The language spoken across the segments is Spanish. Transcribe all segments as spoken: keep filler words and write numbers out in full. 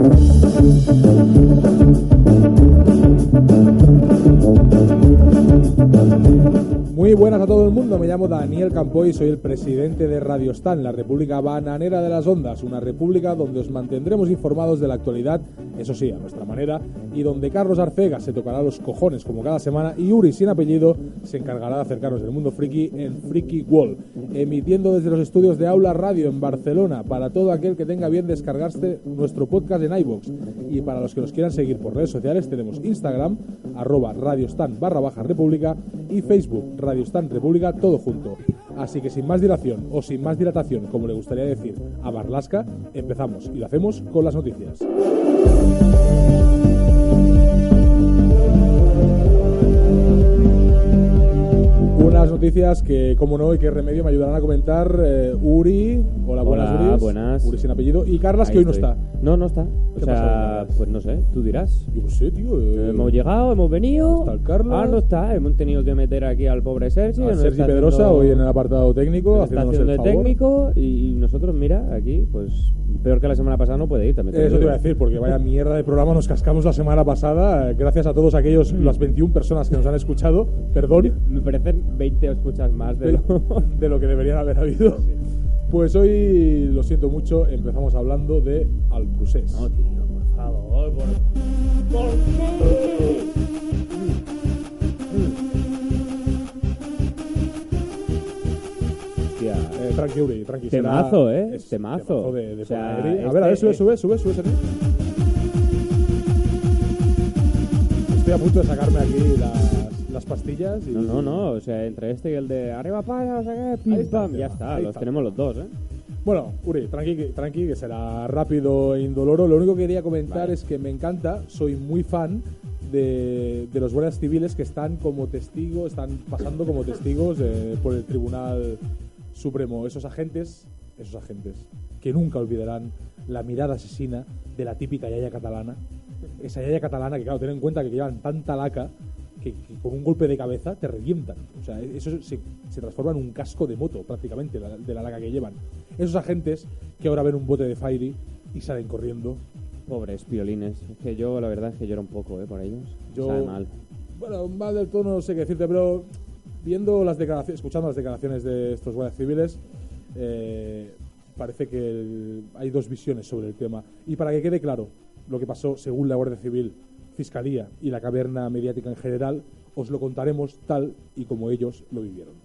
Muy buenas a todo el mundo, me llamo Daniel Campoy y soy el presidente de Radio Stan, la república bananera de las ondas, una república donde os mantendremos informados de la actualidad, eso sí, a nuestra manera, y donde Carlos Arcega se tocará los cojones como cada semana y Uri, sin apellido, se encargará de acercarnos del mundo friki en Freaky Wall, emitiendo desde los estudios de Aula Radio en Barcelona para todo aquel que tenga bien descargarse nuestro podcast en iVoox, y para los que nos quieran seguir por redes sociales tenemos Instagram, arroba radiostan barra baja república y Facebook, Radio Stan República, todo junto. Así que sin más dilación, o sin más dilatación, como le gustaría decir a Barlasca, empezamos y lo hacemos con las noticias. Unas noticias que, como no, y qué remedio, me ayudarán a comentar eh, Uri. Hola, buenas, Hola, Uri. buenas. Uri sin apellido. Y Carlas, Ahí que hoy no estoy. está. No, no está. O ¿Qué sea, pasa, pues no sé, tú dirás. Yo qué sé, tío. Eh, Hemos llegado, hemos venido. está el Carlas. Ah, no está. Hemos tenido que meter aquí al pobre Sergi. a que nos Sergi está Pedrosa, haciendo- hoy en el apartado técnico, nos está haciéndonos haciendo el de favor. técnico. Y, y nosotros, mira, aquí, pues peor que la semana pasada no puede ir también. Eso te iba a decir, porque vaya mierda de programa nos cascamos la semana pasada. eh, Gracias a todos aquellos, las veintiuna personas que nos han escuchado. Perdón. Me parecen veinte escuchas más de de, lo... de lo que deberían haber habido. Pues hoy, lo siento mucho, empezamos hablando de Al Procés. No, tío, por favor, por... ¿Por qué? Hostia, Eh, tranqui, Uri, tranqui. será- Temazo, ¿eh? es Temazo. de, de O sea, Ponaeri. A este- ver, a ver, sube, sube, sube, sube, sube. Estoy a punto de sacarme aquí las, las pastillas. Y... No, no, no, o sea, entre este y el de arriba para, no sé qué, pim, Ahí está, pam, tío, ya está, ahí los está. tenemos los dos, ¿eh? Bueno, Uri, tranqui, que- tranqui, que será rápido e indoloro. Lo único que quería comentar Vale. es que me encanta, soy muy fan de, de los guardias civiles que están como testigos, están pasando como testigos eh, por el Tribunal Supremo. Esos agentes, esos agentes, que nunca olvidarán la mirada asesina de la típica yaya catalana. Esa yaya catalana que, claro, ten en cuenta que llevan tanta laca que, que con un golpe de cabeza te revientan. O sea, eso se, se transforma en un casco de moto, prácticamente, la- de la laca que llevan. Esos agentes que ahora ven un bote de Fairy y salen corriendo. Pobres piolines, es que yo la verdad es que lloro un poco, ¿eh? Por ellos, Yo- sabe mal. Bueno, mal del todo no sé qué decirte, pero viendo las declaraciones, escuchando las declaraciones de estos guardias civiles, eh, parece que el- hay dos visiones sobre el tema. Y para que quede claro lo que pasó según la Guardia Civil, Fiscalía y la caverna mediática en general, os lo contaremos tal y como ellos lo vivieron.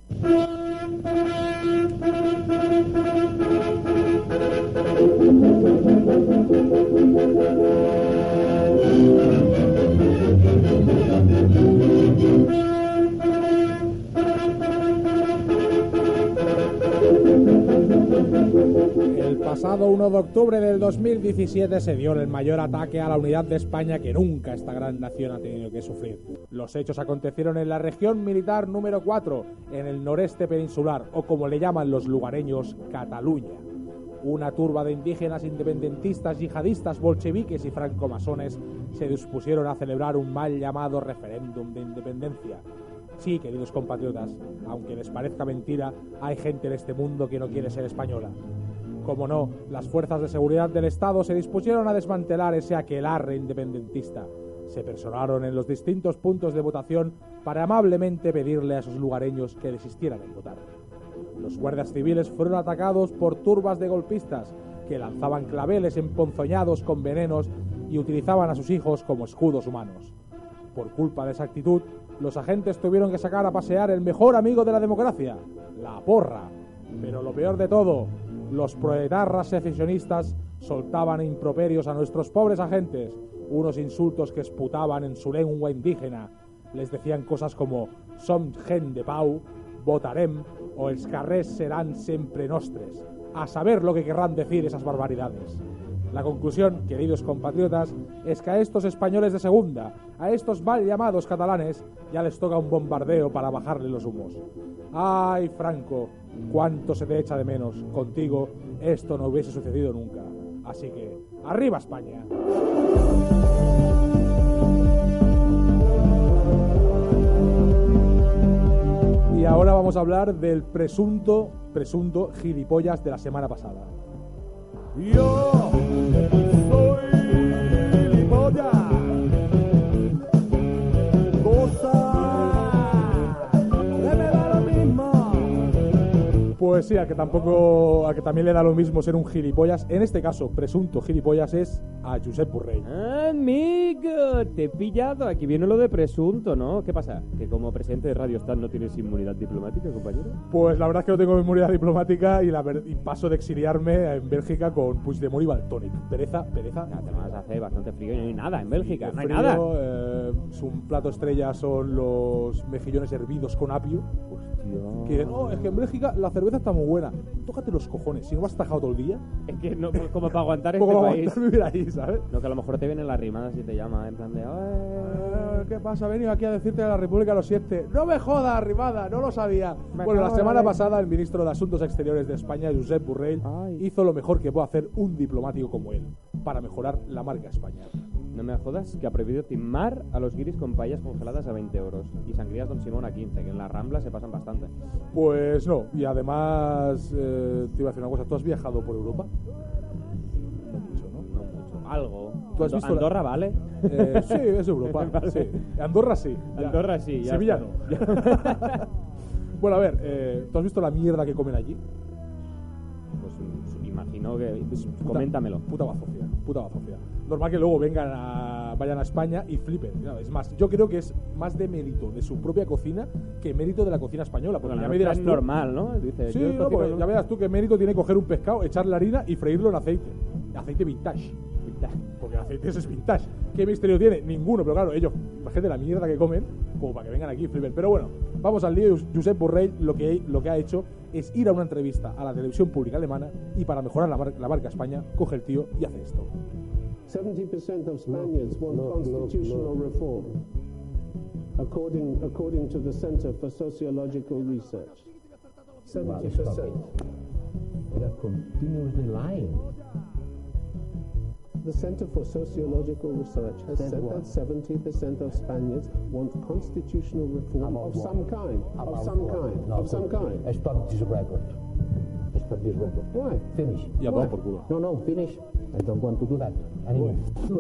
El pasado uno de octubre del dos mil diecisiete se dio el mayor ataque a la unidad de España que nunca esta gran nación ha tenido que sufrir. Los hechos acontecieron en la región militar número cuatro, en el noreste peninsular, o como le llaman los lugareños, Cataluña. Una turba de indígenas independentistas, yihadistas, bolcheviques y francomasones se dispusieron a celebrar un mal llamado referéndum de independencia. Sí, queridos compatriotas, aunque les parezca mentira, hay gente en este mundo que no quiere ser española. Como no, las fuerzas de seguridad del Estado se dispusieron a desmantelar ese aquelarre independentista. Se personaron en los distintos puntos de votación para amablemente pedirle a esos lugareños que desistieran en votar. Los guardias civiles fueron atacados por turbas de golpistas que lanzaban claveles emponzoñados con venenos y utilizaban a sus hijos como escudos humanos. Por culpa de esa actitud, los agentes tuvieron que sacar a pasear el mejor amigo de la democracia, la porra. Pero lo peor de todo, los proetarras secesionistas soltaban improperios a nuestros pobres agentes, unos insultos que esputaban en su lengua indígena. Les decían cosas como «Som gent de pau», «Votarem» o «Els carrers seran sempre nostres». A saber lo que querrán decir esas barbaridades. La conclusión, queridos compatriotas, es que a estos españoles de segunda, a estos mal llamados catalanes, ya les toca un bombardeo para bajarle los humos. ¡Ay, Franco! ¡Cuánto se te echa de menos! Contigo esto no hubiese sucedido nunca. Así que, ¡arriba España! Y ahora vamos a hablar del presunto, presunto gilipollas de la semana pasada. Yo soy sí, al que tampoco, al que también le da lo mismo ser un gilipollas, en este caso, presunto gilipollas, es a Josep Borrell. Amigo, te he pillado. Aquí viene lo de presunto, ¿no? ¿Qué pasa? ¿Que como presidente de Radio Star no tienes inmunidad diplomática, compañero? Pues la verdad es que no tengo inmunidad diplomática y, la ver- y paso de exiliarme en Bélgica con Puigdemont y Valtònyc. Pereza, pereza. Ya, te vas a hacer bastante frío y no hay nada en Bélgica, no hay Frío, nada. eh, su plato estrella son los mejillones hervidos con apio. Hostia. Que dicen, no, es que en Bélgica la cerveza está muy buena. Tócate los cojones, si no vas tajado todo el día. Es que no, como para aguantar este ¿Cómo va a país. aguantar vivir ahí, ¿sabes? No, que a lo mejor te vienen las rimadas y te llama en plan de... "Eh". Eh, ¿Qué pasa? He venido aquí a decirte de la República los siete. No me jodas, arrimada, no lo sabía. Me Bueno, la acabo de semana ver. pasada el ministro de Asuntos Exteriores de España, Josep Borrell, Ay. hizo lo mejor que puede hacer un diplomático como él para mejorar la marca España. No me jodas que ha prohibido timar a los guiris con paellas congeladas a veinte euros y sangrías Don Simón a quince, que en la Rambla se pasan bastante. Pues no, y además eh, te iba a decir una cosa, ¿tú has viajado por Europa? No mucho, ¿no? No mucho. Algo. ¿Tú has Ando- visto la- Andorra, ¿vale? Eh, sí, es Europa, Vale. sí. Andorra sí. ya. Andorra sí, ya Sevilla está. no. Bueno, a ver, eh, ¿tú has visto la mierda que comen allí? Pues mm, imagino que... Puta- Coméntamelo. Puta bazofia, puta bazofia. Normal que luego vengan a, vayan a España y flipen. Claro, es más, yo creo que es más de mérito de su propia cocina que mérito de la cocina española. Porque Bueno, ya la me dirás es tú, normal, ¿no? Dice, Sí, yo no, cocino- porque ya verás tú qué mérito tiene coger un pescado, echarle harina y freírlo en aceite. Aceite vintage. Porque el aceite ese es vintage. ¿Qué misterio tiene? Ninguno, pero claro, ellos, imagínate la mierda que comen, como para que vengan aquí y flipen. Pero bueno, vamos al lío. Josep Borrell lo que, lo que ha hecho es ir a una entrevista a la televisión pública alemana y para mejorar la, mar- la marca España, coge el tío y hace esto. seventy percent of Spaniards want constitutional reform, according, according to the Center for Sociological Research. seventy percent. They're continuously lying. The Center for Sociological Research has Said said what? that seventy percent of Spaniards want constitutional reform About of what? some kind. About Of some what? kind. No, Of some kind. Stop this record. Stop this record. Why? Finish. Y a tomar por culo. No, no, finish. I don't want to do that anymore.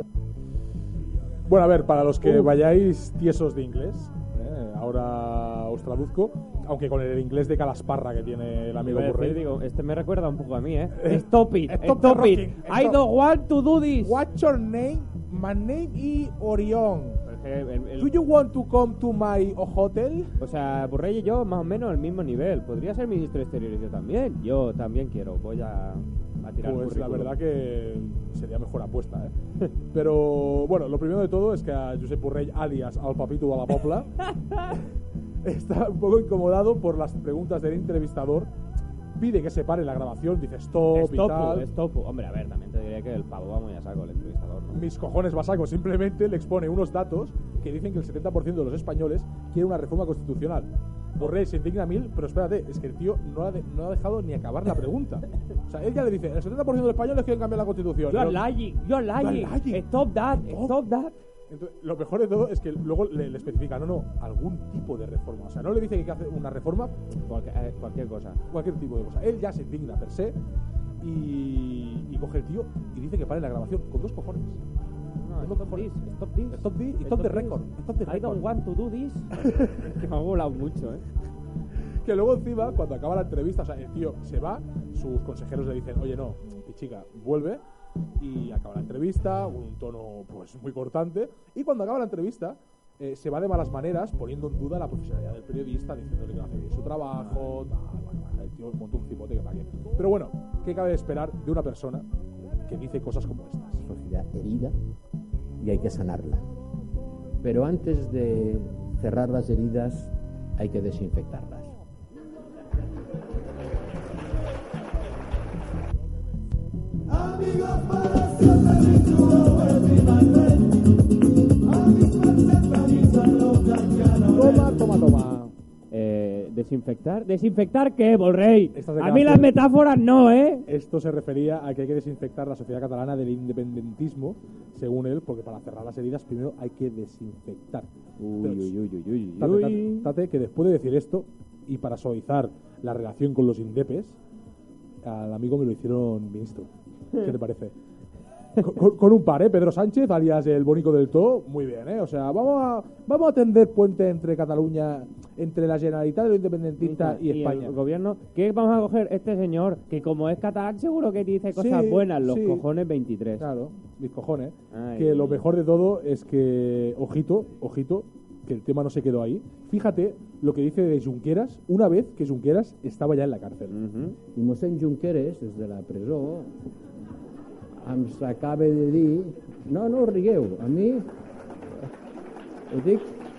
Bueno, a ver, para los que vayáis tiesos de inglés, ¿eh? Ahora os traduzco, aunque con el inglés de Calasparra que tiene el amigo Iba a decir, Borrell. digo, este me recuerda un poco a mí, ¿eh? Eh, Stop it, stop stop, the it. rocking, I stop. don't want to do this. What's your name? My name is Orión. Es que el- el- Do you want to come to my hotel? O sea, Borrell y yo más o menos al mismo nivel. Podría ser ministro de Exteriores yo también. Yo también quiero. Voy a, a tirar Pues la currículum. verdad que sería mejor apuesta, ¿eh? Pero bueno, lo primero de todo es que a Josep Borrell, alias al papito de la popla, está un poco incomodado por las preguntas del entrevistador. Pide que se pare la grabación, dice stop, y Stop, tal. stop. Hombre, a ver, también te diría que el pavo va muy a saco el entrevistador, ¿no? Mis cojones basaco, simplemente le expone unos datos que dicen que el setenta por ciento de los españoles quiere una reforma constitucional. Borrell se indigna mil, pero espérate, es que el tío no ha, de- no ha dejado ni acabar la pregunta. O sea, él ya le dice, el setenta por ciento de los españoles quieren cambiar la constitución. You're Pero- lying, you're lying. You're lying. Stop that, Stop. stop that. Entonces, lo mejor de todo es que luego le, le especifica, no, no, algún tipo de reforma. O sea, no le dice que hay que hacer una reforma, Cualquier, eh, cualquier cosa. cualquier tipo de cosa. Él ya se indigna per se y, y coge el tío y dice que pare la grabación con dos cojones. No, Con dos stop cojones. this, stop this. Stop this y stop the record. Stop the I don't record. want to do this. Que me ha volado mucho, ¿eh? Que luego encima, cuando acaba la entrevista, o sea, el tío se va, sus consejeros le dicen, oye, no, mi chica, vuelve, y acaba la entrevista, un tono pues muy cortante, y cuando acaba la entrevista, eh, se va de malas maneras, poniendo en duda la profesionalidad del periodista, diciéndole que no hace bien su trabajo, tal, bueno, bueno, el tío montó un cipote que para qué. Pero bueno, ¿qué cabe esperar de una persona que dice cosas como estas? Sociedad herida y hay que sanarla. Pero antes de cerrar las heridas hay que desinfectarlas. Toma, toma, toma. Eh, ¿Desinfectar? ¿Desinfectar qué, Borrell? Estas de A mí cárcel. las metáforas no, ¿eh? Esto se refería a que hay que desinfectar la sociedad catalana del independentismo, según él, porque para cerrar las heridas primero hay que desinfectar. Uy, Pero, uy, uy, uy, uy, Tate, uy. tate, tate, que después de decir esto, y para suavizar la relación con los indepes, al amigo me lo hicieron ministro. ¿Qué te parece? con, con un par, ¿eh? Pedro Sánchez, alias el Bonico del To, muy bien, ¿eh? O sea, vamos a vamos a tender puente entre Cataluña, entre la Generalitat de los independentistas y, y España. el gobierno, ¿qué vamos a coger? Este señor, que como es catalán, seguro que dice cosas Sí, buenas, los sí. cojones veintitrés. Claro, mis cojones. Ay, que lo ay. mejor de todo es que, ojito, ojito, que el tema no se quedó ahí. Fíjate lo que dice de Junqueras, una vez que Junqueras estaba ya en la cárcel. Ujú. I mossèn Junqueras, des de la presó, ens acaba de dir... No, no rigueu, a mi... Ho dic...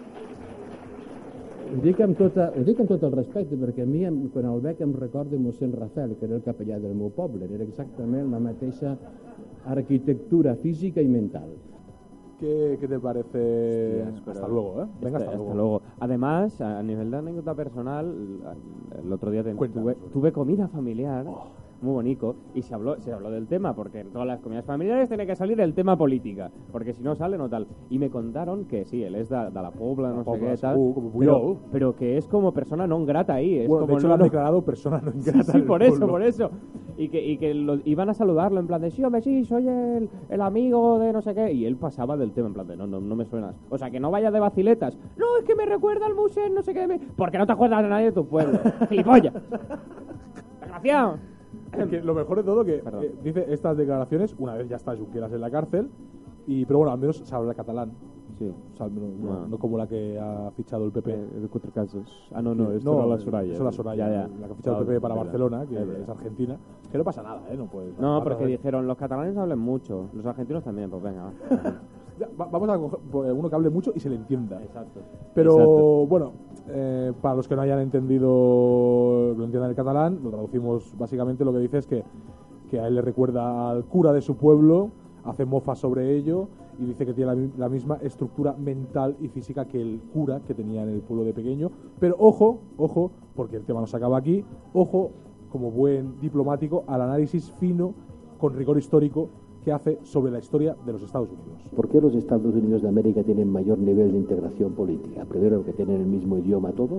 Ho dic, amb tota, ho dic amb tot el respecte, perquè a mi, em- quan el veig, em recorda mossèn Rafael, que era el capellà del meu poble. Era exactament la mateixa arquitectura física i mental. ¿Qué, qué te parece? Hostias, pero- hasta luego, ¿eh? Venga, Hasta, hasta, hasta luego. luego. Además, a nivel de anécdota personal, el otro día te- Cuéntanos. tuve, tuve comida familiar, muy bonito, y se habló, se habló del tema, porque en todas las comidas familiares tiene que salir el tema política, porque si no sale no tal. Y me contaron que sí, él es de, de la Pobla, no sé Pobla, qué tal, segur, como pero, Puyol. pero que es como persona non grata ahí. Es Bueno, de como hecho no- lo han no- declarado persona no Sí, ingrata sí, del por eso, pueblo. por eso. Y que, y que lo- iban a saludarlo en plan de, sí, hombre, sí, soy el, el amigo de no sé qué. Y él pasaba del tema en plan de, no, no, no me suenas. O sea, que no vaya de vaciletas. No, es que me recuerda al museo, no sé qué. Me... Porque no te acuerdas de nadie de tu pueblo. ¡Gilipollas! ¡Desgraciado! Es que lo mejor de todo que Perdón. eh, dice estas declaraciones, una vez ya está Junqueras en la cárcel, y pero bueno, al menos se habla catalán. Sí. O sea, al menos, no, Ah. no como la que ha fichado el P P. Eh, de cuatro casos. Ah, no, no, esto no, era la Soraya. eso es la Soraya, Ya, ya. la que ha fichado Ah, el P P para verdad. Barcelona, que Es es, verdad. argentina. Que no pasa nada, ¿eh? No, puedes, No, vas a porque hacer- dijeron, los catalanes hablan mucho, los argentinos también, pues venga. va. Ya, va- vamos a coger pues, uno que hable mucho y se le entienda. Exacto. Pero Exacto. bueno, eh, para los que no hayan entendido, no entiendan el catalán, lo traducimos básicamente. Lo que dice es que, que a él le recuerda al cura de su pueblo, hace mofa sobre ello y dice que tiene la, mi- la misma estructura mental y física que el cura que tenía en el pueblo de pequeño. Pero ojo, ojo, porque el tema no se acaba aquí, ojo, como buen diplomático, al análisis fino, con rigor histórico, que hace sobre la historia de los Estados Unidos. ¿Por qué los Estados Unidos de América tienen mayor nivel de integración política? Primero, porque tienen el mismo idioma todos,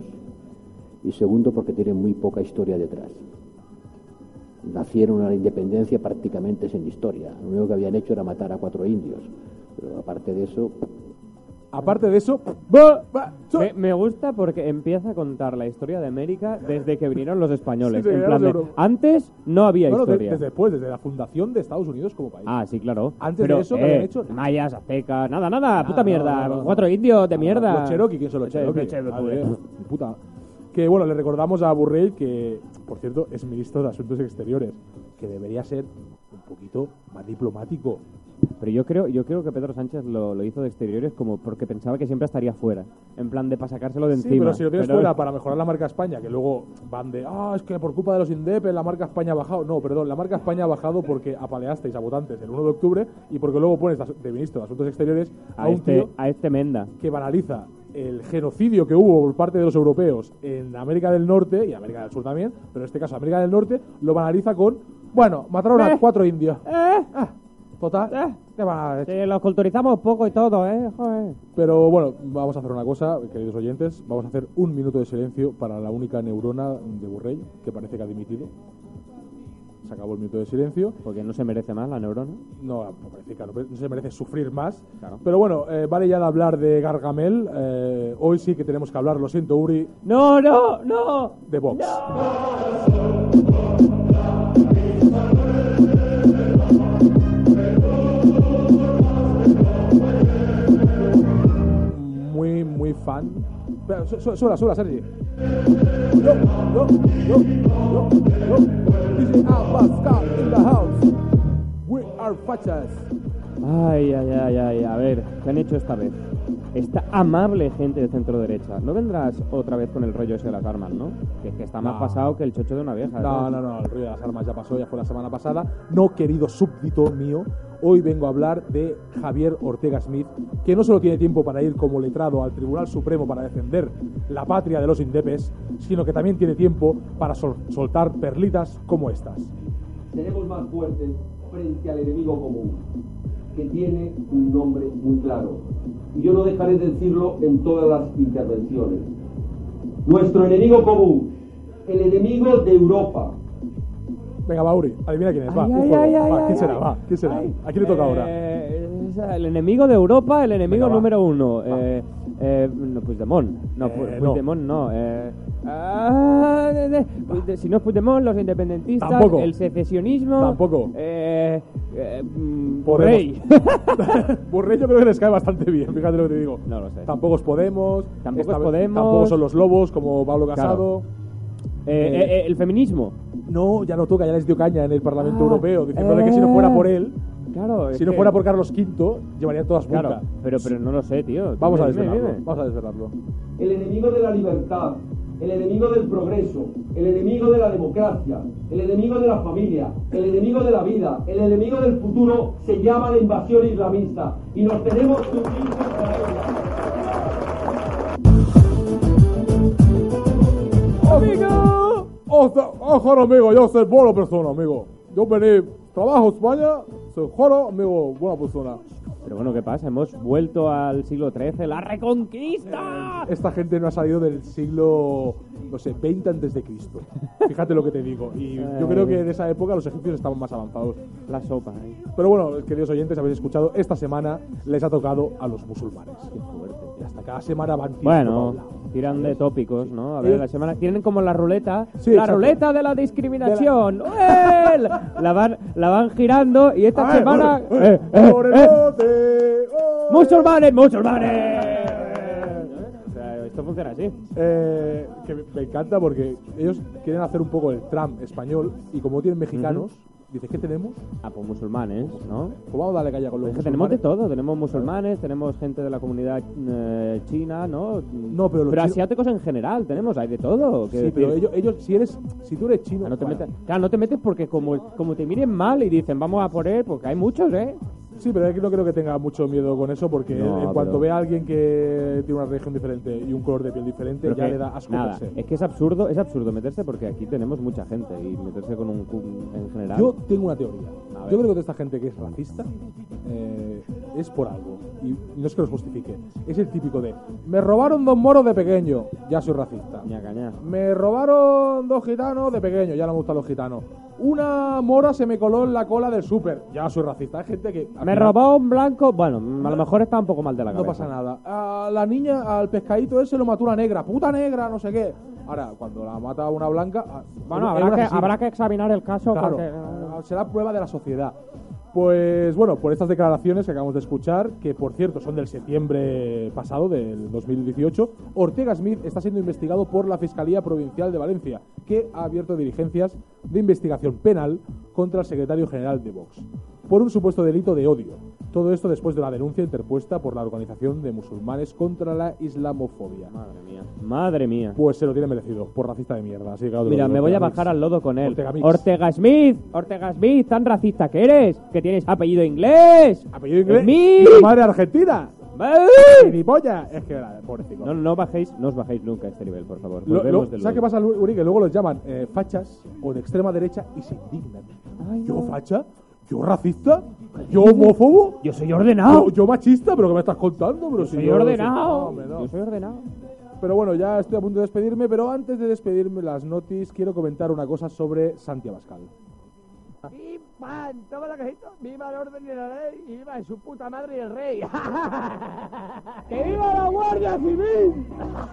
y segundo, porque tienen muy poca historia detrás. Nacieron a la independencia prácticamente sin historia. Lo único que habían hecho era matar a cuatro indios. Pero aparte de eso, Aparte de eso, va, va, so- Me, me gusta porque empieza a contar la historia de América desde que vinieron los españoles. Sí, sí, en ya plan los de, euros. antes no había no, no, de- historia. desde después, desde la fundación de Estados Unidos como país. Ah, sí, claro. Antes Pero, de eso, ¿qué eh, habían hecho? mayas, aztecas, nada, nada, puta no, mierda. no, no, Cuatro no. indios de Ah, mierda. Los Cherokee, ¿quién son los Che- Cherokee? che- Madre, che- puta. Que bueno, le recordamos a Burrell que, por cierto, es ministro de Asuntos Exteriores, que debería ser un poquito más diplomático. Pero yo creo, yo creo que Pedro Sánchez lo, lo hizo de exteriores como porque pensaba que siempre estaría fuera. En plan de para sacárselo de Sí, encima. pero si lo tienes Pero- fuera para mejorar la marca España, que luego van de, ah, es que por culpa de los indepes la marca España ha bajado. No, perdón, la marca España ha bajado porque apaleasteis a votantes el uno de octubre y porque luego pones de ministro de Asuntos Exteriores a, a un este, tío a este Menda. que banaliza el genocidio que hubo por parte de los europeos en América del Norte y América del Sur también, pero en este caso América del Norte, lo banaliza con, bueno, mataron a Eh. cuatro indios. Eh, Ah, total, Eh. ¿qué van a hacer? sí, los culturizamos poco y todo, eh. Joder. Pero bueno, vamos a hacer una cosa, queridos oyentes, vamos a hacer un minuto de silencio para la única neurona de Burrell, que parece que ha dimitido. Se acabó el minuto de silencio. Porque no se merece más la neurona. No, me parece que no, no se merece sufrir más. Claro. Pero bueno, eh, vale ya de hablar de Gargamel. eh, hoy sí que tenemos que hablar, lo siento, Uri, No, no, no. de Vox. Muy, muy fan. Espera, su- su- Suela, suela, Sergi. Yo, yo, yo, yo, yo. D J Abascal in the house. We are fachas. Ay, ay, ay, ay, a ver, ¿qué han hecho esta vez? Esta amable gente de centro derecha. No vendrás otra vez con el rollo ese de las armas, ¿no? Que, que está más No. pasado que el chocho de una vieja. No, ¿sabes? no, no, el ruido de las armas ya pasó, ya fue la semana pasada. No, querido súbdito mío, hoy vengo a hablar de Javier Ortega Smith, que no solo tiene tiempo para ir como letrado al Tribunal Supremo para defender la patria de los indepes, sino que también tiene tiempo para sol- soltar perlitas como estas. Seremos más fuertes frente al enemigo común, que tiene un nombre muy claro. Y yo no dejaré de decirlo en todas las intervenciones. Nuestro enemigo común, el enemigo de Europa, Venga, va, Uri, adivina quién es. Va, Ay, un ay, juego. ay, Va, ay, ¿quién ay, será? ay. Va, ¿quién será? Ay. ¿A quién le toca ahora? Eh, es el enemigo de Europa, el enemigo Venga, va. número uno. Eh, eh, no, Puigdemont. No, Pu- Eh, no. Puigdemont no. Eh, ah, de- de- Puigde- si no es Puigdemont, los independentistas, Tampoco. el secesionismo. Tampoco. Eh, eh, mm, Podemos. Borrell. Borrell yo creo que les cae bastante bien, fíjate lo que te digo. No lo sé. Tampoco es Podemos. Tampoco esta es vez- Podemos. Tampoco son los lobos como Pablo Casado. Eh, eh, eh, el feminismo. No, ya no toca, ya les dio caña en el Parlamento Ah, Europeo, diciéndole eh. que si no fuera por él, Claro. es si no que- fuera por Carlos quinto, llevarían todas multa. Claro, pero, pero no lo sé, tío. Vamos a Dime, dime, desvelarlo, dime. vamos a desvelarlo. El enemigo de la libertad, el enemigo del progreso, el enemigo de la democracia, el enemigo de la familia, el enemigo de la vida, el enemigo del futuro se llama la invasión islamista y nos tenemos que unir contra ella. ¡Amigo! ¡Ojo, amigo! Yo soy buena persona, amigo. Yo vení, trabajo en España, soy joro, amigo, buena persona. Pero bueno, ¿qué pasa? Hemos vuelto al siglo trece, la reconquista. Esta gente no ha salido del siglo, no sé, veinte antes de Cristo. Fíjate lo que te digo. Y yo creo que en esa época los egipcios estaban más avanzados. La sopa, ¿eh? Pero bueno, queridos oyentes, habéis escuchado, esta semana les ha tocado a los musulmanes. Qué fuerte. Y hasta cada semana van tirando Bueno, para un lado. tiran de tópicos, ¿no? A ver, Sí. la semana tienen como la ruleta, Sí, la exacto. ruleta de la discriminación. ¡Eh! La van, la van girando y esta ¡Ay, semana, joder! eh, eh, ¡Por el eh, bote! ¡Oh! musulmanes, musulmanes. O sea, esto funciona así. Eh, que me- me encanta porque ellos quieren hacer un poco el Trump español y como tienen mexicanos, dices, ¿qué tenemos? Ah, pues musulmanes, ¿no? Pues vamos a darle caña con los Es que tenemos de musulmanes. todo, tenemos musulmanes, tenemos gente de la comunidad eh, china, ¿no? No, pero los chinos- asiáticos en general, tenemos, hay de todo. Sí, quiero pero decir. ellos, ellos, si eres, si tú eres chino, Ah, no te bueno, metes, claro, no te metes porque como, como te miren mal y dicen vamos a por él, porque hay muchos, ¿eh? sí, pero yo no creo que tenga mucho miedo con eso porque No, en cuanto pero- ve a alguien que tiene una religión diferente y un color de piel diferente, Pero ya que, le da asco nada, verse. es que es absurdo, es absurdo meterse porque aquí tenemos mucha gente y meterse con un cu- en general. Yo tengo una teoría. A ver. Yo creo que toda esta gente que es racista eh, es por algo. Y, y no es que los justifique. Es el típico de, me robaron dos moros de pequeño, ya soy racista. Ñaca, ña. Me robaron dos gitanos de pequeño, ya no me gustan los gitanos. Una mora se me coló en la cola del súper, ya soy racista. Hay gente que... al Me final robó un blanco, bueno, a lo mejor está un poco mal de la No cabeza. pasa nada. A la niña, al pescadito ese lo mató una negra, puta negra, no sé qué. Ahora, cuando la mata una blanca... ah, Bueno, es habrá un que, asesino. habrá que examinar el caso Claro, porque... ah, será prueba de la sociedad. Pues bueno, por estas declaraciones que acabamos de escuchar, que por cierto son del septiembre pasado, del dos mil dieciocho, Ortega Smith está siendo investigado por la Fiscalía Provincial de Valencia, que ha abierto diligencias de investigación penal contra el secretario general de Vox, por un supuesto delito de odio. Todo esto después de la denuncia interpuesta por la Organización de Musulmanes contra la Islamofobia. Madre mía, madre mía. Pues se lo tiene merecido, por racista de mierda. Así que claro, te lo Mira, digo, me voy a Ortega bajar Mix. al lodo con él. Ortega Mix. Ortega Smith, Ortega Smith, tan racista que eres, que tienes apellido inglés. Apellido inglés. Smith. Y tu madre argentina. ¡Ay! Ni polla. Es que, pobrecito. No, no bajéis, no os bajéis nunca a este nivel, por favor. Lo- Volvemos lo- del ¿Sabes qué lodo. pasa, Uri? Que luego los llaman eh, fachas o de extrema derecha y se indignan. Ay, ¿Yo no. facha? ¿Yo racista? ¿Yo homófobo? Yo soy ordenado. ¿Yo, yo machista? ¿Pero qué me estás contando? Pero Yo si soy yo- ordenado. No, hombre, no. Yo soy ordenado. Pero bueno, ya estoy a punto de despedirme, pero antes de despedirme las notis, quiero comentar una cosa sobre Santi Abascal. ¡Y pan! ¡Toma la cajita! ¡Viva el orden y la ley! ¡Y viva su puta madre y el rey! ¡Que viva la Guardia Civil!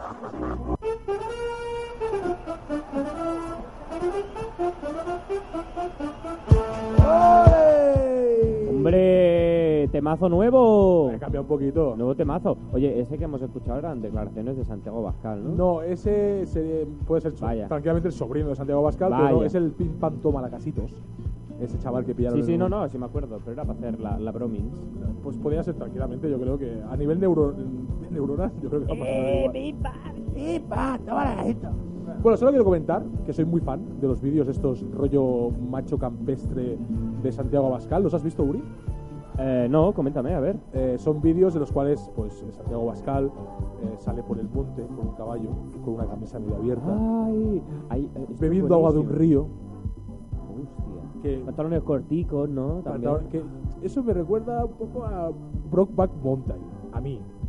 ¡Ole! Hombre, temazo nuevo. Me cambia un poquito. Nuevo temazo. Oye, ese que hemos escuchado eran declaraciones de Santiago Abascal, ¿no? No, ese se- puede ser so- Vaya. tranquilamente el sobrino de Santiago Abascal, pero no, Vaya. es el pim pam toma la casitos. Ese chaval que pillaron. Sí, sí, en no, un- no, sí me acuerdo, pero era para hacer la, la bromins. Pues podría ser tranquilamente, yo creo que a nivel neuro, de neuronas, yo creo que va a pasar igual. Bueno, solo quiero comentar que soy muy fan de los vídeos estos rollo macho campestre de Santiago Abascal. ¿Los has visto, Uri? Eh, no, coméntame, a ver. Eh, son vídeos de los cuales pues Santiago Abascal eh, sale por el monte con un caballo, con una camisa medio abierta, Ay, ay, eh, esto es bebiendo agua de un buenísimo. río. Hostia. Que, Pantalones corticos, ¿no? También. que eso me recuerda un poco a Brokeback Mountain, a mí. Ah,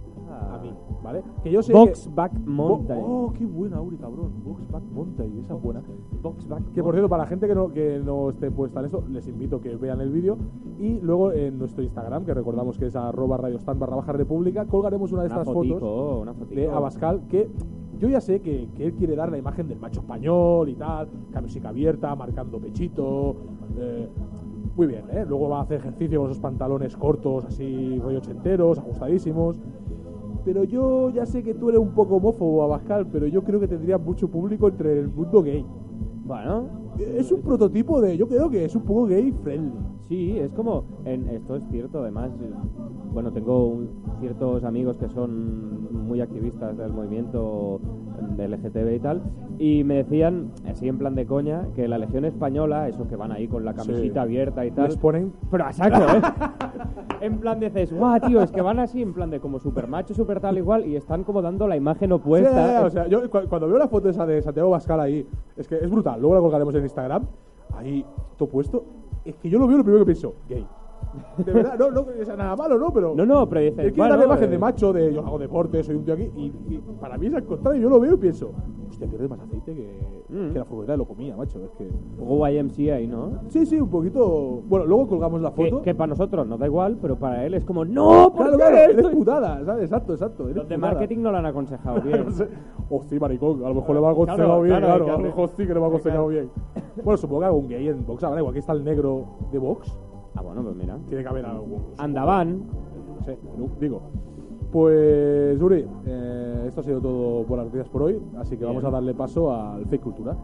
a mí, ¿vale? Que yo sé Box que... Back Mountain. Bo- oh, qué buena, Uri, cabrón. Box Back Mountain, esa es buena. Box Back Que por cierto, para la gente que no, que no esté puesta en eso, les invito a que vean el vídeo. Y luego en nuestro Instagram, que recordamos que es arroba radiostan barra baja república, colgaremos una de Una estas fotico, fotos una fotico. de Abascal, que yo ya sé que, que él quiere dar la imagen del macho español y tal, camiseta abierta, marcando pechito, eh, muy bien, ¿eh? Luego va a hacer ejercicio con esos pantalones cortos, así rollo ochenteros, ajustadísimos. Pero yo ya sé que tú eres un poco homófobo, Abascal, pero yo creo que tendría mucho público entre el mundo gay. Bueno, Es un prototipo de, yo creo que es un poco gay friendly. sí, es como, en, esto es cierto, además, eh, bueno, tengo un- ciertos amigos que son muy activistas del movimiento de L G T B y tal, y me decían, así en plan de coña, que la Legión Española, esos que van ahí con la camiseta Sí. abierta y tal, Les ponen... pero a saco, ¿eh? En plan dices, guau, tío, es que van así, en plan de como super macho, super tal igual, y están como dando la imagen Sí, opuesta. o sea, yo cu- cuando veo la foto esa de Santiago Abascal ahí, es que es brutal, luego la colgaremos en Instagram, ahí todo puesto, es que yo lo veo lo primero que pienso, gay. De verdad, no, no, es nada malo, ¿no? Pero No, no, pero dices, él quiere bueno, dar la imagen eh, de macho, de yo hago deporte, soy un tío aquí, y, y para mí es al contrario, yo lo veo y pienso, hostia, pierde más aceite que, Mm. que la furgoneta lo comía, macho, es que... un poco Y M C A, ¿no? Sí, sí, un poquito... Bueno, luego colgamos la Que, foto. que para nosotros nos da igual, pero para él es como, ¡no! ¿Por Claro, qué claro, esto?". eres putada, ¿sabes? Exacto, exacto. eres Los de putada. marketing no lo han aconsejado bien. No sé. Hostia, maricón, a lo mejor le va a aconsejado Claro, bien, claro, claro, claro. a lo mejor sí que le va a aconsejado Claro. bien. Bueno, supongo que algún gay en Vox habrá, igual que está el negro de Vox, Ah, bueno, pues mira. tiene que haber algo. Andaban. No sé, no, digo. Pues, Uri, eh, esto ha sido todo por las noticias por hoy, así que Bien. vamos a darle paso al Fake Cultura.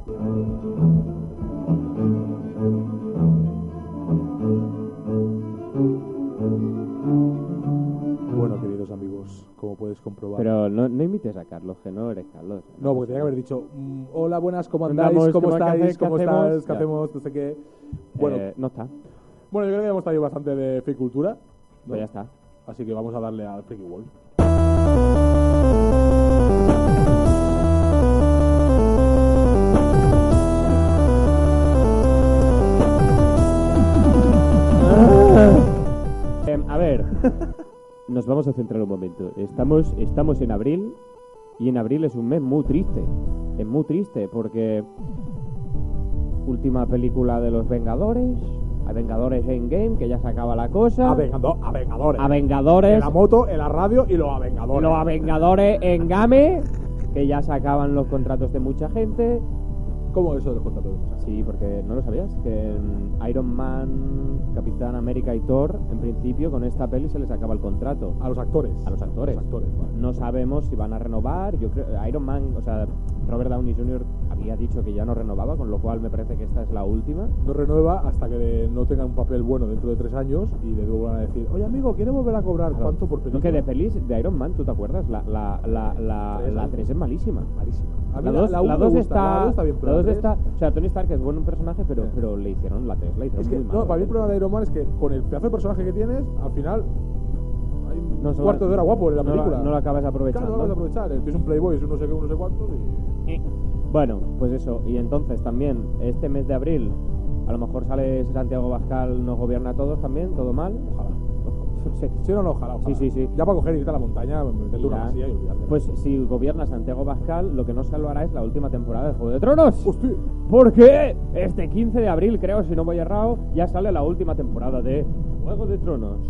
Bueno, queridos amigos, como puedes comprobar. Pero no, no imites a Carlos, que no eres Carlos. No, porque tenía que haber dicho, mm, hola, buenas, ¿cómo Andamos, andáis? ¿Cómo ¿qué estáis? hace- qué ¿Cómo hacemos? estás? ¿Qué Ya. hacemos? No sé qué. Bueno, Eh, no está. bueno, yo creo que hemos traído bastante de Fake Cultura, ¿no? Pues ya está. Así que vamos a darle al Freaky Wall. Em, a ver, nos vamos a centrar un momento. Estamos, estamos en abril y en abril es un mes muy triste. Es muy triste porque última película de los Vengadores, a Vengadores Endgame, que ya se acaba la cosa. Avengado- Avengadores. A Vengadores, En la moto, en la radio y los Avengadores. los Vengadores Endgame, que ya se acaban los contratos de mucha gente. ¿Cómo eso de los contratos de muchachos? Sí, porque no lo sabías, que mm, Iron Man, Capitán América y Thor, en principio con esta peli se les acaba el contrato. A los actores. A los actores. A los actores, vale. No sabemos si van a renovar. Yo creo Iron Man, o sea, Robert Downey junior había dicho que ya no renovaba, con lo cual me parece que esta es la última. No renueva hasta que no tenga un papel bueno dentro de tres años y le vuelvan a decir, oye amigo, ¿quieres volver a cobrar? ¿Cuánto por No, película? que de pelis de Iron Man, ¿tú te acuerdas? La la la la Tres, la ¿no? tres es malísima. Malísima. A mí La la, dos, la uno la me dos gusta, está, la dos está bien, pero la dos tres- está, o sea, Tony Stark es buen personaje, pero Sí. pero le hicieron la tres, la hicieron Es que, muy mal. no, para mí el problema de Iron Man es que con el pedazo de personaje que tienes, al final hay un No se cuarto va- de hora guapo en la no la- película. no lo acabas aprovechando. Claro, no lo vas a aprovechar. El tío es un playboy, es un no sé qué, un no sé cuántos y... Bueno, pues eso, y entonces también este mes de abril a lo mejor sale Santiago Abascal nos gobierna a todos también, todo mal. Ojalá. Sí. Sí, no, no, ojalá, ojalá. Sí, sí, sí. Ya para coger y irte a la montaña, meterte Y una ya. masilla y olvidarte. Pues si gobierna Santiago Abascal, lo que no salvará es la última temporada de Juego de Tronos. ¡Hostia! Porque este quince de abril, creo, si no voy errado, ya sale la última temporada de Juego de Tronos.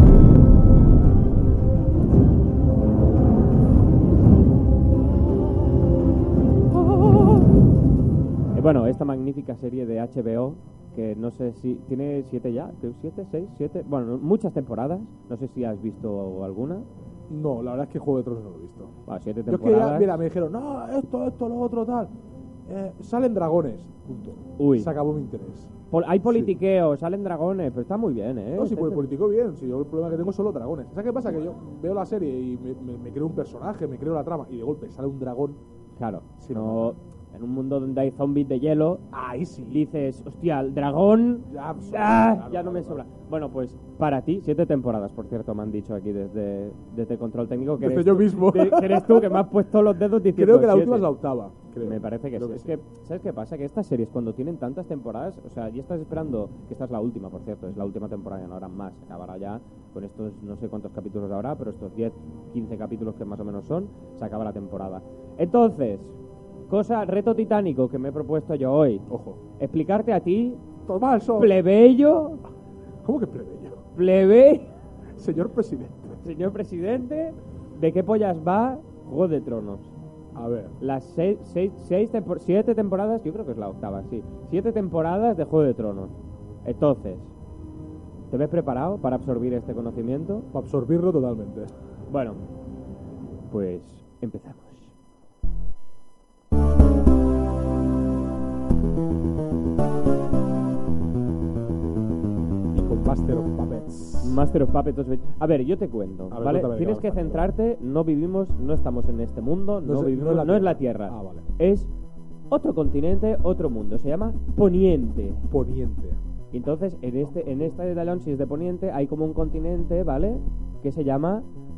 Eh, bueno, esta magnífica serie de H B O, que no sé si tiene siete ya, creo siete, seis, siete, bueno, muchas temporadas. No sé si has visto alguna. No, la verdad es que Juego de Tronos no lo he visto. Bueno, siete Yo es que temporadas. ya, mira, me dijeron, no, esto, esto, lo otro, tal. Eh, salen dragones, punto. Uy. Se acabó mi interés. Pol- hay politiqueo, salen dragones, pero está muy bien, ¿eh? No, si por el Este- político bien, si yo el problema que tengo son los dragones. ¿Sabes qué pasa? Que yo veo la serie y me, me- me creo un personaje, me creo la trama y de golpe sale un dragón. Claro, Sí, no, en un mundo donde hay zombies de hielo, Ahí sí. dices, hostia, el dragón, Ya, ah, claro, ya no me claro, sobra. Bueno, pues para ti, siete temporadas, por cierto, me han dicho aquí desde, desde Control Técnico, que Desde eres, yo tú, mismo. de- que eres tú que me has puesto los dedos diciendo Creo que la siete. última es la octava. Creo. Me parece que Creo sí. que Es que, ¿sabes qué pasa? Que estas series, cuando tienen tantas temporadas, o sea, ya estás esperando, que esta es la última, por cierto, es la última temporada, ya no habrán más, acabará ya con estos, no sé cuántos capítulos habrá, pero estos diez, quince capítulos que más o menos son, se acaba la temporada. Entonces, cosa, reto titánico que me he propuesto yo hoy, Ojo. explicarte a ti, Tomaso. plebeyo, ¿Cómo que plebeyo? plebe, Señor presidente. señor presidente, de qué pollas va Juego de Tronos. A ver. Las seis, seis, seis tempor- siete temporadas, yo creo que es la octava, sí. Siete temporadas de Juego de Tronos. Entonces, ¿te ves preparado para absorbir este conocimiento? Para absorbirlo totalmente. Bueno, pues empezamos. Y con Master of Puppets. Master of Puppets dos mil veinte. A ver, yo te cuento, A ver, ¿vale? cuéntame de Tienes qué que va, centrarte, no vivimos, no estamos en este mundo, no, No es- vivimos, no no es es la la Tierra. Ah, vale. Es otro continente, otro mundo. Se llama Poniente. Poniente. Y entonces, en este en esta de Dalón, si es de Poniente, hay como un continente, ¿vale? Que se llama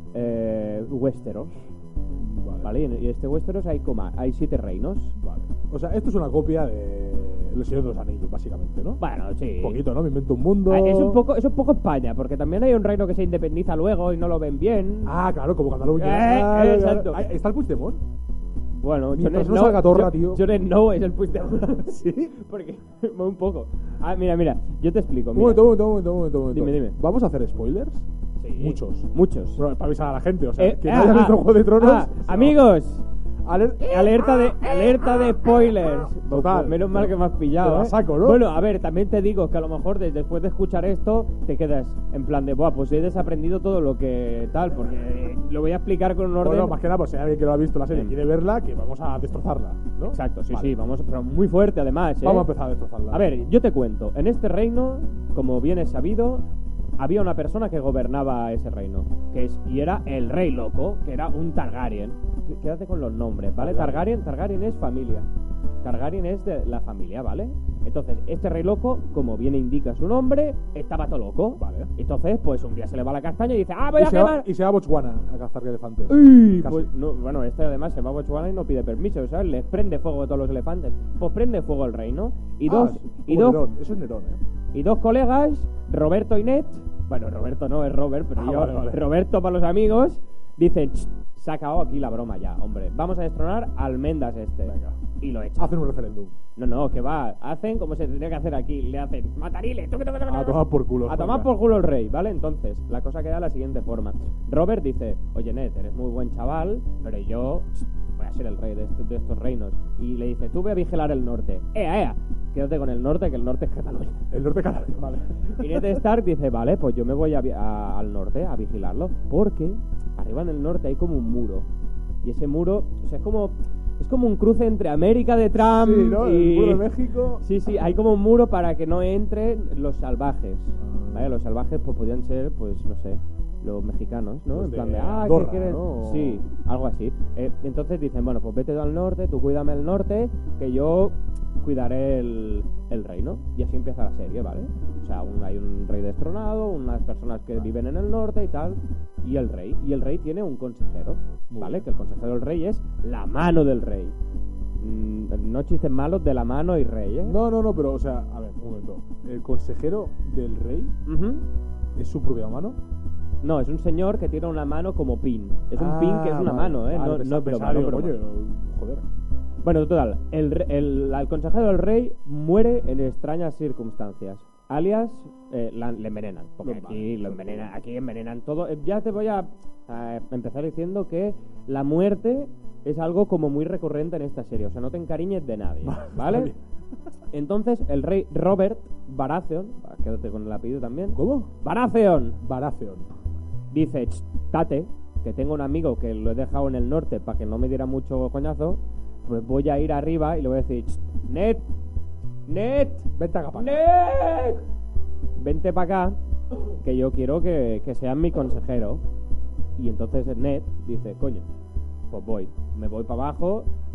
eh, Westeros, Vale. ¿vale? Y en y este Westeros hay como hay siete reinos. Vale. O sea, esto es una copia de El Señor de los Anillos, básicamente, ¿no? Bueno, sí. Un poquito, ¿no? Me invento un mundo. Ah, Es un poco es un poco España, porque también hay un reino que se independiza luego y no lo ven bien. Ah, claro, como Cataluña. Eh, Ah, claro. exacto. Ahí está el Puigdemont. Bueno, Mientras Jon no Snow- salga Torra, Jo- tío. Jon Snow es el Puigdemont. ¿Sí? Porque un poco. Ah, mira, mira, yo te explico. Un Mira. momento, un momento, un momento, un momento, un momento. Dime, dime. ¿Vamos a hacer spoilers? Sí. Muchos. Muchos. Bueno, para avisar a la gente, o sea, Eh, que eh, no haya ah, visto Juego de Tronos. ah, no. amigos, Aler- alerta de alerta de spoilers. Total. Pues menos mal que me has pillado. Te la ¿eh? saco, ¿no? Bueno, a ver, también te digo que a lo mejor de- después de escuchar esto te quedas en plan de, buah, pues he desaprendido todo lo que tal, porque eh, lo voy a explicar con un orden. Bueno, más que nada, pues si hay alguien que no ha visto la serie y Mm. quiere verla, que vamos a destrozarla, ¿no? Exacto, sí, Vale. sí, vamos, pero muy fuerte además. ¿eh? Vamos a empezar a destrozarla. A ver, yo te cuento. En este reino, como bien es sabido, había una persona que gobernaba ese reino, que es y era el rey loco, que era un Targaryen. Qu- Quédate con los nombres, ¿vale? Targaryen, Targaryen es familia. Targaryen es de la familia, ¿vale? Entonces, este rey loco, como bien indica su nombre, estaba todo loco. Vale. Entonces, pues un día se le va la castaña y dice, ¡ah, voy y, a se quemar! va, y se va a Botswana a cazar elefantes. Uy, Casi. pues, no, bueno, este además se va a Botswana y no pide permiso, ¿sabes? Les prende fuego a todos los elefantes. Pues prende fuego el reino. Y Ah, dos, es y como dos, Nerón. Eso es Nerón, ¿eh? y dos colegas, Roberto y Ned, bueno, Roberto no, es Robert, pero Ah, yo, vale, vale. Roberto para los amigos, dicen, "Ch, se ha acabado aquí la broma ya, hombre, vamos a destronar Almendas este. Venga. Y lo echan. Hacen un referéndum. No, no, que va, hacen como se tendría que hacer aquí, le hacen, matarile, tuque, tuque, tuque, A tuque". tomar por culo. A tomar venga. por culo el rey, ¿vale? Entonces, la cosa queda de la siguiente forma. Robert dice, oye, Ned, eres muy buen chaval, pero yo voy a ser el rey de, est- de estos reinos. Y le dice, tú ve a vigilar el norte. ¡Ea, ea! Quédate con el norte, que el norte es Cataluña. El norte canario, vale. Y Ned Stark dice, vale, pues yo me voy a vi- a- al norte a vigilarlo, porque arriba en el norte hay como un muro. Y ese muro, o sea, es como... Es como un cruce entre América de Trump Sí, ¿no? y... El muro de México. Sí, sí, hay como un muro para que no entren los salvajes. Ah. ¿Vale? Los salvajes pues podrían ser, pues no sé, los mexicanos, ¿no? Los en plan de de, ah, Andorra, ¿qué quieres? ¿no? Sí, algo así. Eh, entonces dicen, bueno, pues vete al norte, tú cuídame el norte, que yo cuidaré el, el reino. Y así empieza la serie, ¿vale? O sea, un- hay un rey destronado, unas personas que viven en el norte y tal, y el rey. Y el rey tiene un consejero, Muy ¿vale? bien. Que el consejero del rey es la mano del rey. Mm, no chistes malos de la mano y rey, ¿eh? No, no, no, pero, o sea, a ver, un momento. El consejero del rey Ujú. es su propia mano. No, es un señor que tiene una mano como pin. Es un Ah, pin que es una vale. mano, ¿eh? Vale, no, pensaba- no es broma, pensaba, no es digo, broma. coño, joder. Bueno, total, el, re- el, el consejero del rey muere en extrañas circunstancias. Alias, eh, la- le envenenan. Porque Lo- aquí vale. lo envenenan, aquí envenenan todo. Eh, Ya te voy a, a empezar diciendo que la muerte es algo como muy recurrente en esta serie. O sea, no te encariñes de nadie, Está ¿vale? bien. Entonces, el rey Robert Baratheon, va, quédate con el apellido también. ¿Cómo? Baratheon Baratheon. dice, "Ch, tate, que tengo un amigo que lo he dejado en el norte para que no me diera mucho coñazo, pues voy a ir arriba y le voy a decir, "Ch, Ned, Ned, Vente acá para acá. Ned, vente para acá, que yo quiero que, que seas mi consejero". Y entonces Ned dice, coño, pues voy, me voy para abajo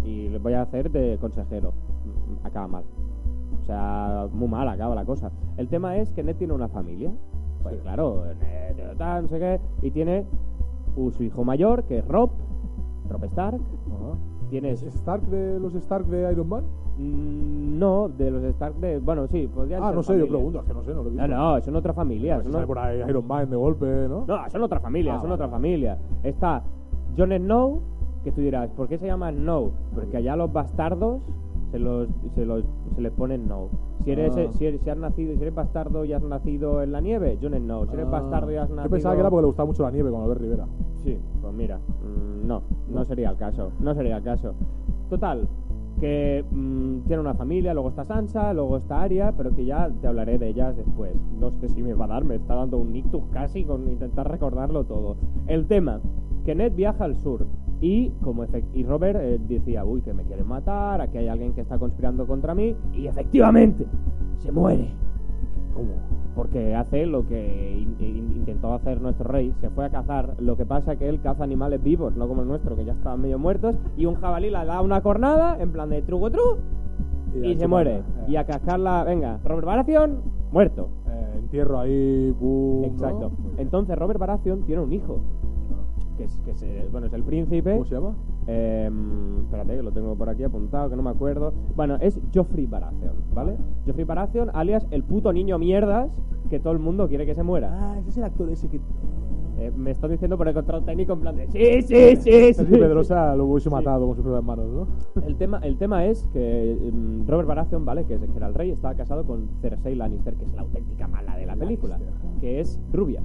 y le voy a hacer de consejero. Acaba mal. O sea, muy mal acaba la cosa. El tema es que Ned tiene una familia. Pues sí. Claro, Ned, tal, no sé qué. Y tiene uh, su hijo mayor, que es Rob, Rob Stark. Ajá. Tienes... ¿Es Stark de los Stark de Iron Man? Mm, no, de los Stark de... Bueno, sí, podrían Ah, ser no sé, familia. yo pregunto, es que no sé, no lo he visto. No, no, son otra familia. Pues Son sale o- por ahí Iron Man de golpe, ¿no? No, son otra familia, Ah, son vale. otra familia. Está Jon Snow, que tú dirás, ¿por qué se llama Snow? Porque allá los bastardos se los se los se les pone Snow. Si eres, Ah. si eres si has nacido, si eres bastardo y has nacido en la nieve, Jon Snow. Si eres Ah. bastardo y has nacido... Yo pensaba que era porque le gustaba mucho la nieve con Albert Rivera. Sí, pues mira, mm, no, no sería el caso, no sería el caso. Total, que mm, tiene una familia, luego está Sansa, luego está Arya, pero que ya te hablaré de ellas después. No sé si me va a dar, me está dando un ictus casi con intentar recordarlo todo. El tema, que Ned viaja al sur y como efect- y Robert eh, decía, uy, que me quieren matar, aquí hay alguien que está conspirando contra mí, y efectivamente, se muere. ¿Cómo? Porque hace lo que in- in- intentó hacer nuestro rey, se fue a cazar. Lo que pasa que él caza animales vivos, no como el nuestro, que ya estaban medio muertos, y un jabalí le da una cornada, en plan de truco tru, y, ahí se chuparla, muere. eh. Y a cascarla, venga, Robert Baratheon, muerto. Eh, entierro ahí, boom, Exacto. ¿no? Entonces Robert Baratheon tiene un hijo, que es, que es, eh, bueno, es el príncipe. ¿Cómo se llama? Eh, espérate, que lo tengo por aquí apuntado, que no me acuerdo. Bueno, es Joffrey Baratheon, ¿vale? Joffrey Baratheon, alias el puto niño mierdas que todo el mundo quiere que se muera. Ah, ese es el actor ese que... Eh, me estás diciendo por el control técnico en plan de sí, sí, sí, sí. Casi Pedrosa lo hubiese Sí. matado con sus propias manos, ¿no? El tema, el tema es que mm, Robert Baratheon, ¿vale? Que, es- que era el rey, estaba casado con Cersei Lannister, que es la auténtica mala de la película, Lannister. que es rubia.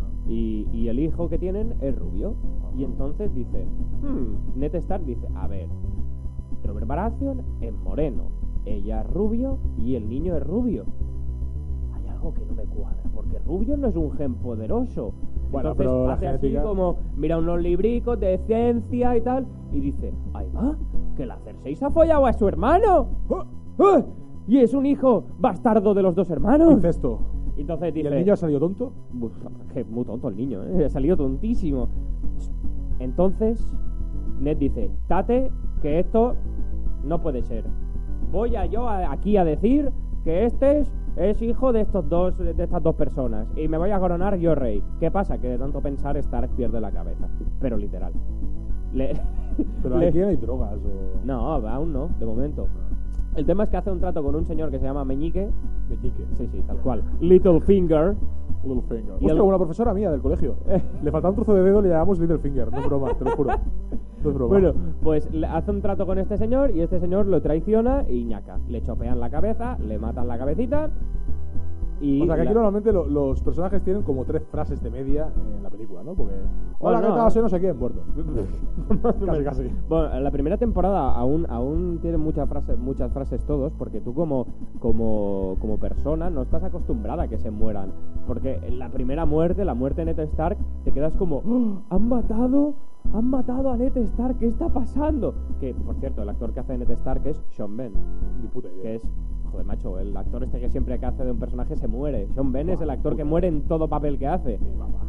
Y, y el hijo que tienen es rubio. Y entonces dice, hmm, Ned Stark dice, a ver, Robert Baratheon es moreno, ella es rubio y el niño es rubio. Hay algo que no me cuadra, porque rubio no es un gen poderoso. Bueno, Entonces pero la hace genética- así como, mira unos libricos de ciencia y tal, y dice, ahí va, que la Cersei se ha follado a su hermano. ¡Ah! ¡Ah! Y es un hijo bastardo de los dos hermanos. Incesto. Y entonces ¿Y dice, el niño ha salido tonto? Uf, que muy tonto el niño, ¿eh? Ha salido tontísimo. Entonces, Ned dice, Tate, que esto no puede ser. Voy a yo a- aquí a decir que este es, es hijo de estos dos, de estas dos personas. Y me voy a coronar yo rey. ¿Qué pasa? Que de tanto pensar Stark pierde la cabeza. Pero literal. Le- Pero le- aquí no hay drogas o... No, aún no, de momento. El tema es que hace un trato con un señor que se llama Meñique. Meñique. Sí, sí, tal cual. Littlefinger. Littlefinger. Y Hostia, el- una profesora mía del colegio. Eh. Le faltaba un trozo de dedo, le llamamos Littlefinger. No es broma, te lo juro. No es broma. Bueno, pues le hace un trato con este señor y este señor lo traiciona y ñaca. Le chopean la cabeza, le matan la cabecita y... O sea, que aquí la- normalmente lo- los personajes tienen como tres frases de media en la película, ¿no? Porque... Hola, Bueno, ¿qué no, tal? ¿eh? Soy no sé quién, muerto. Casi, casi. Bueno, en la primera temporada aún aún tienen muchas frases muchas frases todos, porque tú como como como persona no estás acostumbrada a que se mueran, porque en la primera muerte, la muerte de Ned Stark, te quedas como, ¡oh! han matado han matado a Ned Stark, ¿qué está pasando? Que por cierto, el actor que hace de Ned Stark es Sean Penn, Ni puta idea. que es, joder, macho, el actor este que siempre que hace de un personaje se muere. Sean Penn es el actor que muere en todo papel que hace. Mi mamá.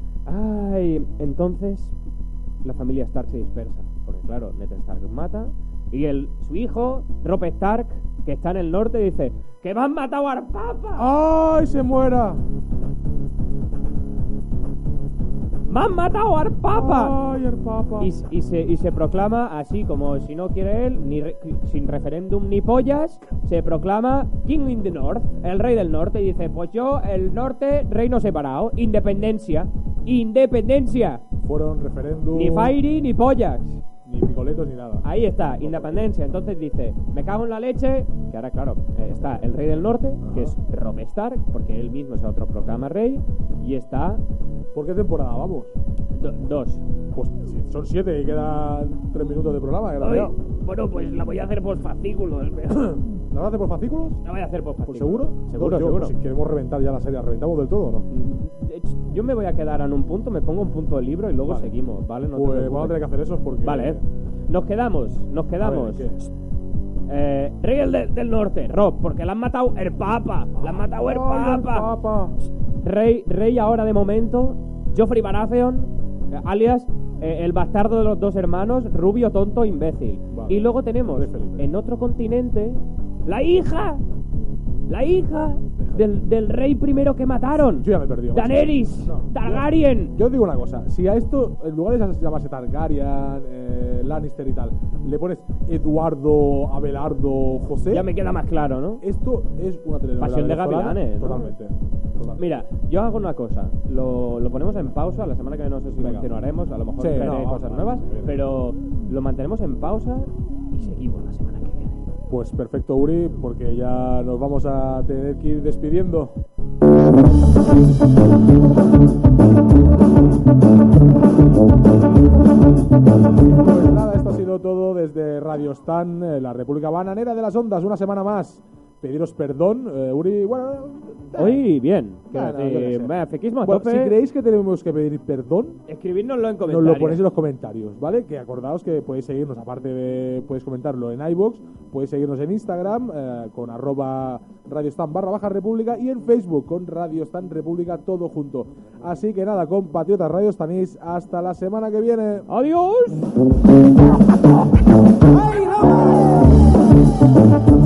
Ay, entonces la familia Stark se dispersa, porque claro, Ned Stark mata y el su hijo, Robb Stark, que está en el norte, dice que me han matado al Papa. ¡Ay, se muera! ¡Me han matado al Papa! ¡Ay, el papa! Y, y se, y se proclama así como si no quiere él, ni re- sin referéndum ni pollas, se proclama King in the North, el rey del norte, y dice, pues yo, el norte, reino separado, independencia, independencia, Fueron referéndum... ni fairy ni pollas. Ni picoletos ni nada. Ahí está, independencia. Entonces dice, me cago en la leche, que ahora claro, eh, está el rey del norte, que es Robb Stark, porque él mismo es otro proclama rey, y está ¿Por qué temporada vamos? do- dos. Pues si son siete y quedan tres minutos de programa. Que la Ay, veo. bueno, pues la voy a hacer por fascículos. ¿La vas a hacer por fascículos? La voy a hacer por ¿Por fascículos. seguro? Seguro, Pues yo, seguro. pues si queremos reventar ya la serie, ¿la ¿reventamos del todo o no? Mm, de hecho, yo me voy a quedar en un punto, me pongo un punto del libro y luego Vale. seguimos, ¿vale? No te Pues preocupes. vamos a tener que hacer eso porque... Vale, ¿eh? Nos quedamos, nos A quedamos. ver, ¿qué? Eh, rey del, del- del norte, Rob, porque le han matado el Papa. Le han matado el ¡Ay, el Papa. papa! Rey, rey ahora de momento, Joffrey Baratheon, eh, alias eh, el bastardo de los dos hermanos, rubio, tonto, imbécil. Vale. Y luego tenemos Rey Felipe. en otro continente la hija, la hija del, del rey primero que mataron. Yo ya me he perdido. Daenerys No, Targaryen. Yo, yo digo una cosa, si a esto, en lugar de llamarse Targaryen, eh, Lannister y tal, le pones Eduardo, Abelardo, José, Ya me queda más claro, ¿no? esto es una telenovela Pasión de venezolana. Gavilanes, ¿no? Totalmente. totalmente. Mira, yo hago una cosa, lo, lo ponemos en pausa, la semana que viene no sé si Venga. continuaremos, a lo mejor Sí, traeré no, vamos, cosas vamos, nuevas, bien. pero lo mantenemos en pausa y seguimos la semana que viene. Pues perfecto, Uri, porque ya nos vamos a tener que ir despidiendo. Pues nada, esto ha sido todo desde Radio Stan, eh, la República Bananera de las Ondas, una semana más. Pediros perdón, eh, Uri, bueno... eh, Hoy, bien, quiero Bueno, decir, yo qué sé. vaya, fequismo a bueno, tope. si creéis que tenemos que pedir perdón, Escribidnoslo en nos comentarios. lo ponéis en los comentarios, ¿vale? Que acordaos que podéis seguirnos, aparte de podéis comentarlo en iVoox, podéis seguirnos en Instagram eh, con arroba radiostan barra baja república y en Facebook con Radio Stan República todo junto. Así que nada, compatriotas radiostanís, hasta la semana que viene. ¡Adiós! ¡Ay, no!